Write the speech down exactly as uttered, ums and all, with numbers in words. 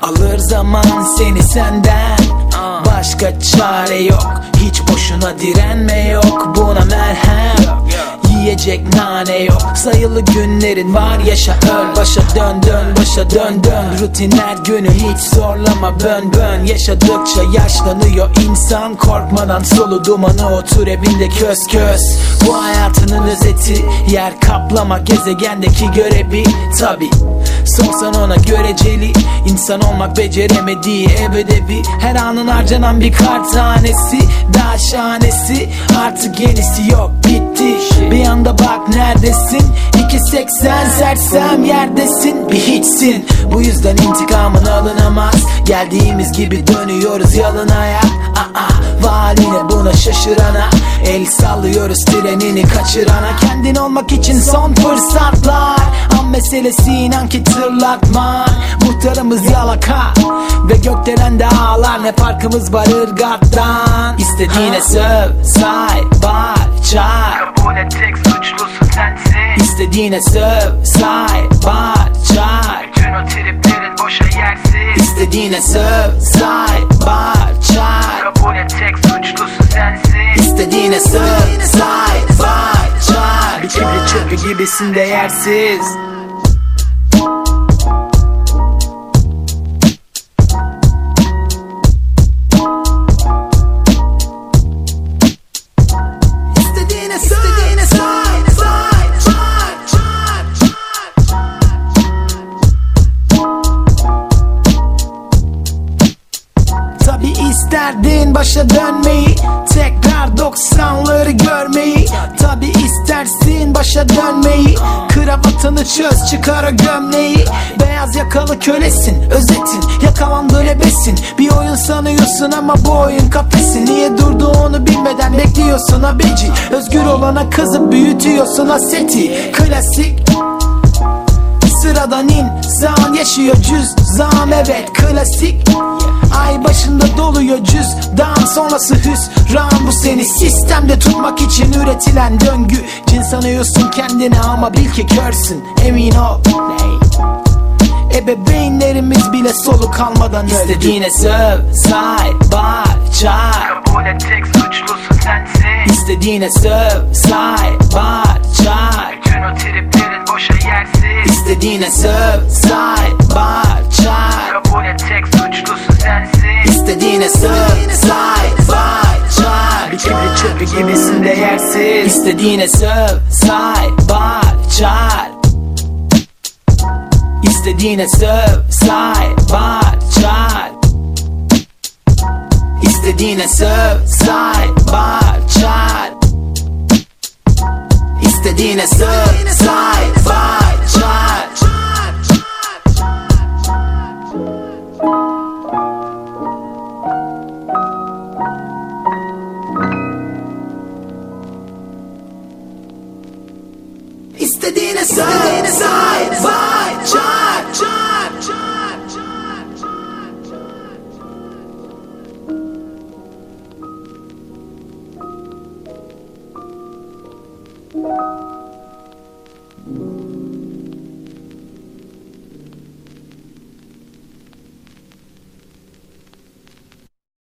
Alır zaman seni senden, başka çare yok. Hiç boşuna direnme, yok buna merhem. Yiyecek nane yok, sayılı günlerin var, yaşa öl. Başa dön dön, başa dön dön. Rutin her günü hiç zorlama, bön bön. Yaşadıkça yaşlanıyor insan, korkmadan solu dumanı, otur evinde köz köz. Bu hayatının özeti, yer kaplama gezegendeki görevi. Tabi sorsan ona göreceli, insan olmak beceremediği ev ödevi. Her anın harcanan bir kar tanesi, daha şahanesi. Artık yenisi yok, bitti. Bir anda bak neredesin, iki seksen sersem yerdesin, bir hiçsin. Bu yüzden intikamın alınamaz, geldiğimiz gibi dönüyoruz yalın ayak. Aa, valine buna şaşırana, el sallıyoruz trenini kaçırana. Kendin olmak için son fırsatlar, an meselesi inan ki tırlatma. Muhtarımız yalaka ve gökdelen de ağlar, ne farkımız var ırgattan. İstediğine söv, say, bağır, çağır, kabul et tek suçlusu sensin. İstediğine söv, say, bağır, çağır, bütün o triplerin boşa yersiz. İstediğine söv, say, bağır, çağır, kabul et tek suçlusu sensin. İstediğine söv, say, bağır, çağır. Bir kibrit çöpü gibisin, değersiz. İsterdin başa dönmeyi, tekrar doksanları görmeyi. Tabi istersin başa dönmeyi, kravatını çöz çıkar o gömleği. Beyaz yakalı kölesin, özetin yakalandığın ebesin. Bir oyun sanıyorsun ama bu oyun kafesin. Niye durduğunu bilmeden bekliyorsun abeci. Özgür olana kızıp büyütüyorsun aseti. Klasik sıradan insan yaşıyor cüzdan, evet klasik. Ay başında doluyor cüzdan, sonrası hüsran. Bu seni sistemde tutmak için üretilen döngü. Cin sanıyorsun kendini ama bil ki körsün, emin ol. Ebeveynlerimiz bile soluk almadan öldü. İstediğine söv, say, bağır, çağır, kabul et tek suçlusu sensin. İstediğine söv, say, bağır, çağır, bütün o triplerin boşa yersiz. İstediğine söv, say, bağır, çağır, kabul et tek suçlusu sensin. İstediğine söv, say, bağır, çağır. Bir kibrit çöpü gibisin, değersiz. İstediğine söv, say, bağır, çağır. İstediğine söv, say, bağır, çağır. İstediğine söv, say, bağır, çağır. İstediğine söv, say, bağır, çağır. İstediğine söv, say, bağır, çağır, çağır, çağır, çağır, çağır.